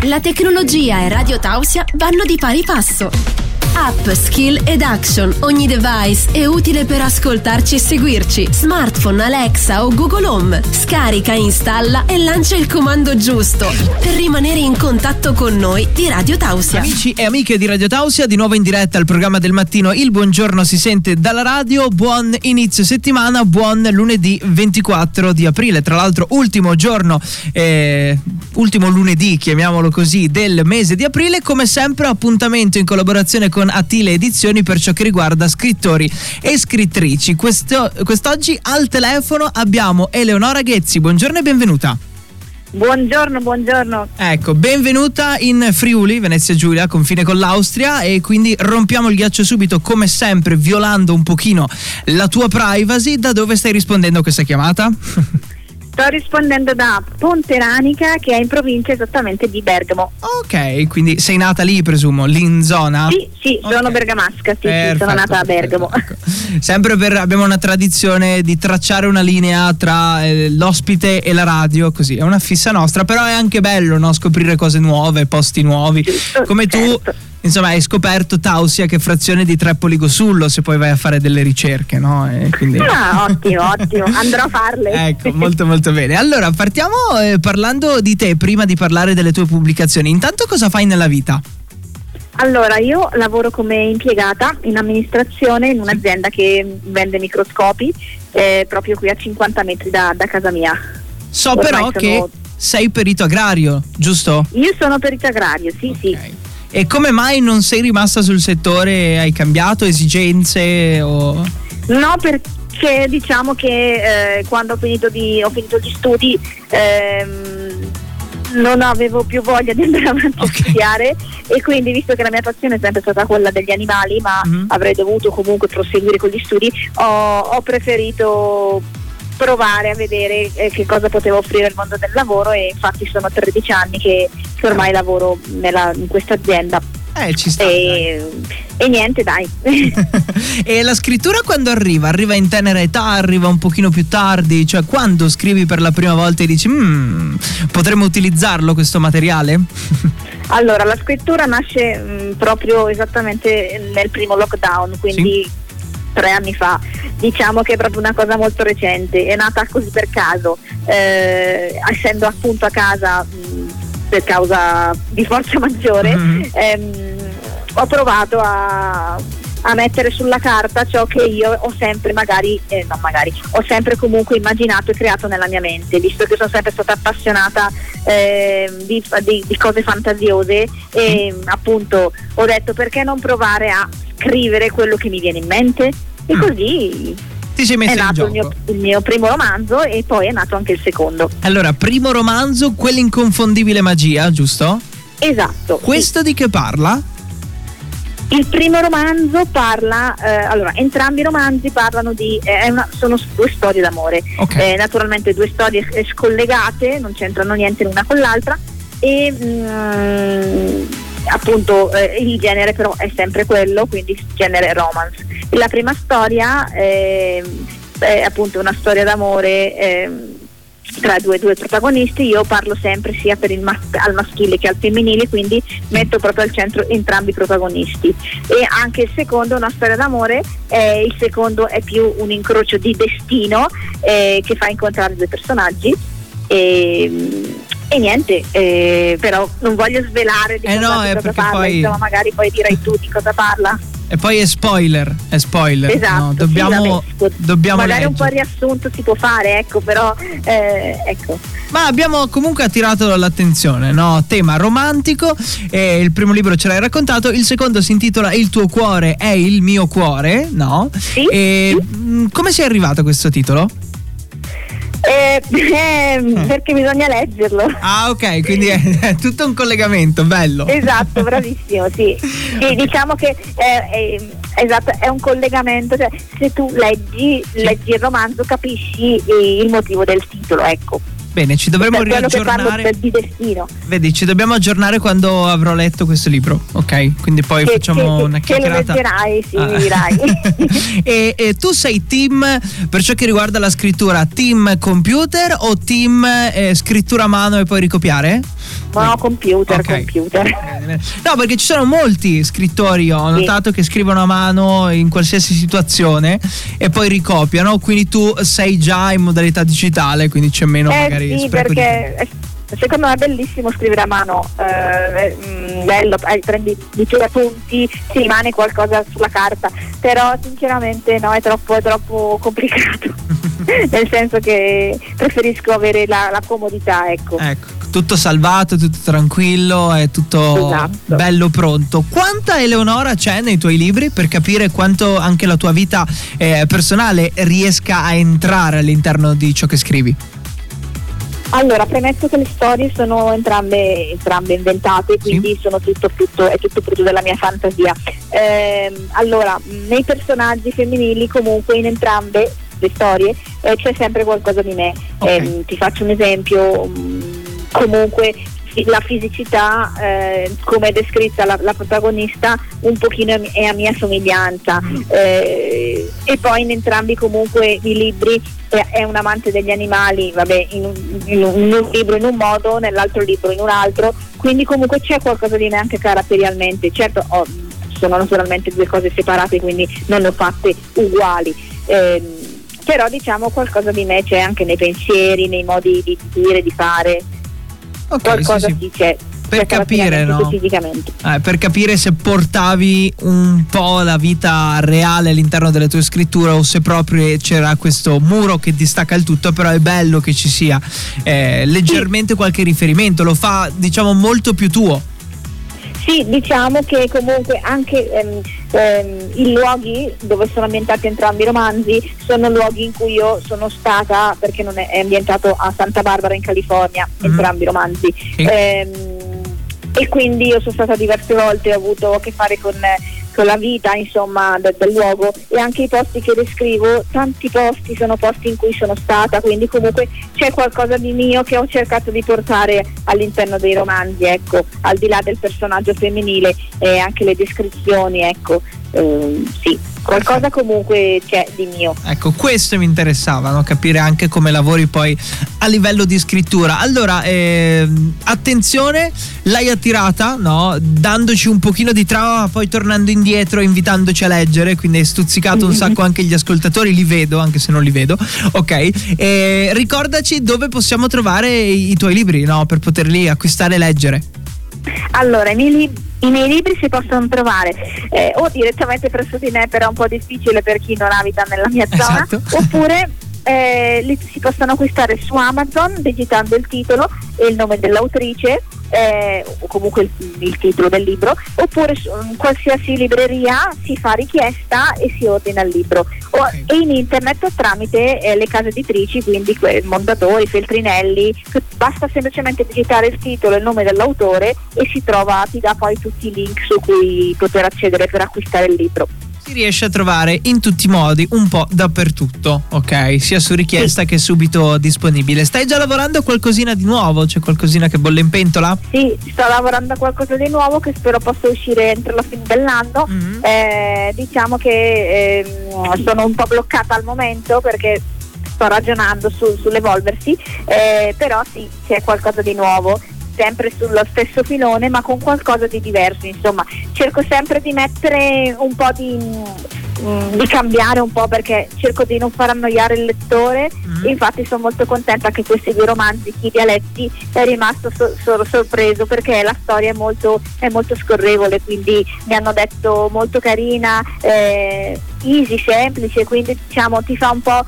La tecnologia e Radio Tausia vanno di pari passo. App, skill ed action. Ogni device è utile per ascoltarci e seguirci. Smartphone, Alexa o Google Home. Scarica, installa e lancia il comando giusto per rimanere in contatto con noi di Radio Tausia. Amici e amiche di Radio Tausia, di nuovo in diretta al programma del mattino. Il buongiorno si sente dalla radio. Buon inizio settimana, buon lunedì 24 di aprile. Tra l'altro ultimo giorno, ultimo lunedì, chiamiamolo così, del mese di aprile. Come sempre appuntamento in collaborazione con Attile Edizioni per ciò che riguarda scrittori e scrittrici. Quest'oggi al telefono abbiamo Eleonora Ghezzi. Buongiorno e benvenuta. Buongiorno. Ecco, benvenuta in Friuli, Venezia Giulia, confine con l'Austria, e quindi rompiamo il ghiaccio subito, come sempre, violando un pochino la tua privacy. Da dove stai rispondendo a questa chiamata? Sto rispondendo da Ponte Ranica, che è in provincia esattamente di Bergamo. Ok, quindi sei nata lì, presumo, lì in zona? Sì, okay. Sono bergamasca, sì, sono nata a Bergamo. Ecco. Sempre abbiamo una tradizione di tracciare una linea tra l'ospite e la radio, così, è una fissa nostra, però è anche bello, no? Scoprire cose nuove, posti nuovi, come certo. Tu. Insomma, hai scoperto Tausia, che è frazione di Trepoli Gossullo, se poi vai a fare delle ricerche, no? E quindi... ottimo, andrò a farle. Ecco, molto molto bene. Allora, partiamo parlando di te, prima di parlare delle tue pubblicazioni. Intanto, cosa fai nella vita? Allora, io lavoro come impiegata in amministrazione in un'azienda che vende microscopi, proprio qui a 50 metri da casa mia. So però che sei perito agrario, giusto? Io sono perito agrario, sì, okay. Sì. E come mai non sei rimasta sul settore? Hai cambiato esigenze o... No, perché diciamo che quando ho finito gli studi non avevo più voglia di andare avanti a studiare, e quindi, visto che la mia passione è sempre stata quella degli animali, ma avrei dovuto comunque proseguire con gli studi, ho preferito provare a vedere che cosa poteva offrire il mondo del lavoro, e infatti sono 13 anni che ormai lavoro in questa azienda. Ci sta. E niente, dai. E la scrittura quando arriva in tenera età, arriva un pochino più tardi? Cioè, quando scrivi per la prima volta e dici potremmo utilizzarlo questo materiale? Allora, la scrittura nasce proprio esattamente nel primo lockdown, quindi sì. 3 anni fa, diciamo che è proprio una cosa molto recente, è nata così per caso, essendo appunto a casa per causa di forza maggiore, ho provato a mettere sulla carta ciò che io ho sempre ho sempre comunque immaginato e creato nella mia mente, visto che sono sempre stata appassionata di cose fantasiose, e appunto ho detto, perché non provare a scrivere quello che mi viene in mente, e così è nato il mio primo romanzo, e poi è nato anche il secondo. Allora, primo romanzo, Quell'inconfondibile magia, giusto? Esatto. Questo sì. Di che parla? Il primo romanzo parla, allora, entrambi i romanzi parlano sono 2 storie d'amore, okay. Naturalmente 2 storie scollegate, non c'entrano niente l'una con l'altra, e appunto il genere però è sempre quello, quindi genere romance. La prima storia è appunto una storia d'amore tra due protagonisti. Io parlo sempre sia per al maschile che al femminile, quindi metto proprio al centro entrambi i protagonisti. E anche il secondo è una storia d'amore, il secondo è più un incrocio di destino che fa incontrare 2 personaggi, e niente, però non voglio svelare di cosa parla, poi... insomma, magari poi dirai tu di cosa parla. E poi è spoiler. Esatto, no? Dobbiamo magari leggere. Un po' riassunto si può fare, ecco, però ecco. Ma abbiamo comunque attirato l'attenzione, no? Tema romantico, il primo libro ce l'hai raccontato, il secondo si intitola Il tuo cuore è il mio cuore, no? Sì. E come sei arrivato a questo titolo? Perché bisogna leggerlo. Ah, ok, quindi è tutto un collegamento, bello. Esatto, bravissimo, sì. Sì, diciamo che esatto, è un collegamento, cioè se tu leggi il romanzo capisci il motivo del titolo, ecco. Bene, ci dovremo riaggiornare. Di destino. Vedi, ci dobbiamo aggiornare quando avrò letto questo libro, ok? Quindi poi facciamo una chiacchierata. Che lo leggerai, sì, mi dirai. E tu sei team, per ciò che riguarda la scrittura, team computer o team scrittura a mano e poi ricopiare? No, computer. No, perché ci sono molti scrittori, ho notato, che scrivono a mano in qualsiasi situazione e poi ricopiano, quindi tu sei già in modalità digitale, quindi c'è meno magari sì, perché secondo me è bellissimo scrivere a mano, bello, prendi i tuoi appunti, ti rimane qualcosa sulla carta, però sinceramente no, è troppo complicato. Nel senso che preferisco avere la comodità, ecco, tutto salvato, tutto tranquillo, è tutto bello pronto. Quanta Eleonora c'è nei tuoi libri, per capire quanto anche la tua vita personale riesca a entrare all'interno di ciò che scrivi? Allora, premetto che le storie sono entrambe inventate, quindi sono tutto frutto della mia fantasia. Allora, nei personaggi femminili, comunque, in entrambe le storie c'è sempre qualcosa di me. Ti faccio un esempio. Comunque la fisicità, come è descritta la protagonista, un pochino è a mia somiglianza, e poi in entrambi comunque i libri è un amante degli animali, vabbè, in un libro in un modo, nell'altro libro in un altro, quindi comunque c'è qualcosa di me anche caratterialmente. Certo, sono naturalmente due cose separate, quindi non le ho fatte uguali, però diciamo qualcosa di me c'è anche nei pensieri, nei modi di dire, di fare. Qualcosa sì c'è. Per capire, no? Fisicamente. Per capire se portavi un po' la vita reale all'interno delle tue scritture o se proprio c'era questo muro che distacca il tutto, però è bello che ci sia leggermente qualche riferimento, lo fa, diciamo, molto più tuo. Sì, diciamo che comunque anche i luoghi dove sono ambientati entrambi i romanzi sono luoghi in cui io sono stata, perché non è ambientato a Santa Barbara in California, entrambi i romanzi, e quindi io sono stata diverse volte, ho avuto a che fare con la vita, insomma, del luogo, e anche i posti che descrivo, tanti posti sono posti in cui sono stata, quindi comunque c'è qualcosa di mio che ho cercato di portare all'interno dei romanzi, ecco, al di là del personaggio femminile e anche le descrizioni, ecco, sì, qualcosa comunque c'è di mio. Ecco, questo mi interessava, no? Capire anche come lavori poi a livello di scrittura. Allora, attenzione, l'hai attirata, no? Dandoci un pochino di trama, poi tornando indietro, invitandoci a leggere, quindi hai stuzzicato un sacco anche gli ascoltatori, li vedo, anche se non li vedo, ok? Ricordaci dove possiamo trovare i tuoi libri, no? Per poterli acquistare e leggere. Allora, i miei libri si possono trovare o direttamente presso di me, però è un po' difficile per chi non abita nella mia zona, oppure li si possono acquistare su Amazon digitando il titolo e il nome dell'autrice, o comunque il titolo del libro, oppure in qualsiasi libreria si fa richiesta e si ordina il libro, e in internet tramite le case editrici, quindi Mondadori, Feltrinelli. Basta semplicemente digitare il titolo e il nome dell'autore e ti dà poi tutti i link su cui poter accedere per acquistare il libro. Si riesce a trovare in tutti i modi, un po' dappertutto, ok? Sia su richiesta che subito disponibile. Stai già lavorando a qualcosina di nuovo? C'è qualcosina che bolle in pentola? Sì, sto lavorando a qualcosa di nuovo che spero possa uscire entro la fine dell'anno. Diciamo che sono un po' bloccata al momento perché sto ragionando sull'evolversi, però sì, c'è qualcosa di nuovo, sempre sullo stesso filone ma con qualcosa di diverso, insomma cerco sempre di mettere un po' di cambiare un po', perché cerco di non far annoiare il lettore. Infatti sono molto contenta che questi due romanzi, Chi dialetti, è rimasto sorpreso, perché la storia è molto scorrevole, quindi mi hanno detto molto carina, easy, semplice, quindi diciamo ti fa un po'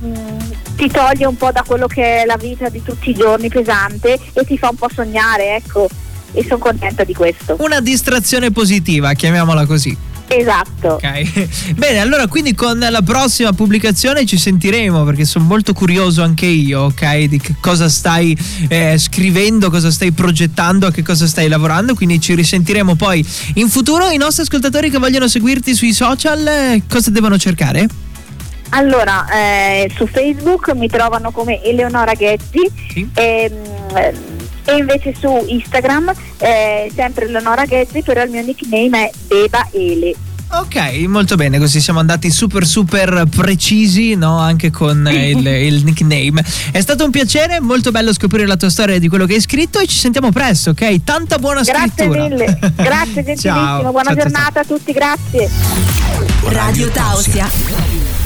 ti toglie un po' da quello che è la vita di tutti i giorni pesante e ti fa un po' sognare, ecco, e sono contenta di questo. Una distrazione positiva, chiamiamola così. Esatto. Ok. Bene, allora quindi con la prossima pubblicazione ci sentiremo, perché sono molto curioso anche io, ok, di che cosa stai scrivendo, cosa stai progettando, a che cosa stai lavorando, quindi ci risentiremo poi in futuro. I nostri ascoltatori che vogliono seguirti sui social, cosa devono cercare? Allora, su Facebook mi trovano come Eleonora Ghezzi, Sì. e invece su Instagram sempre Eleonora Ghezzi, però il mio nickname è Beba Ele. Ok, molto bene, così siamo andati super precisi, no? Anche con il nickname. È stato un piacere, molto bello scoprire la tua storia di quello che hai scritto e ci sentiamo presto, ok? Tanta buona scrittura. Grazie mille, grazie gentilissimo, Ciao. buona Ciao, giornata a tutti, grazie. Radio Tausia.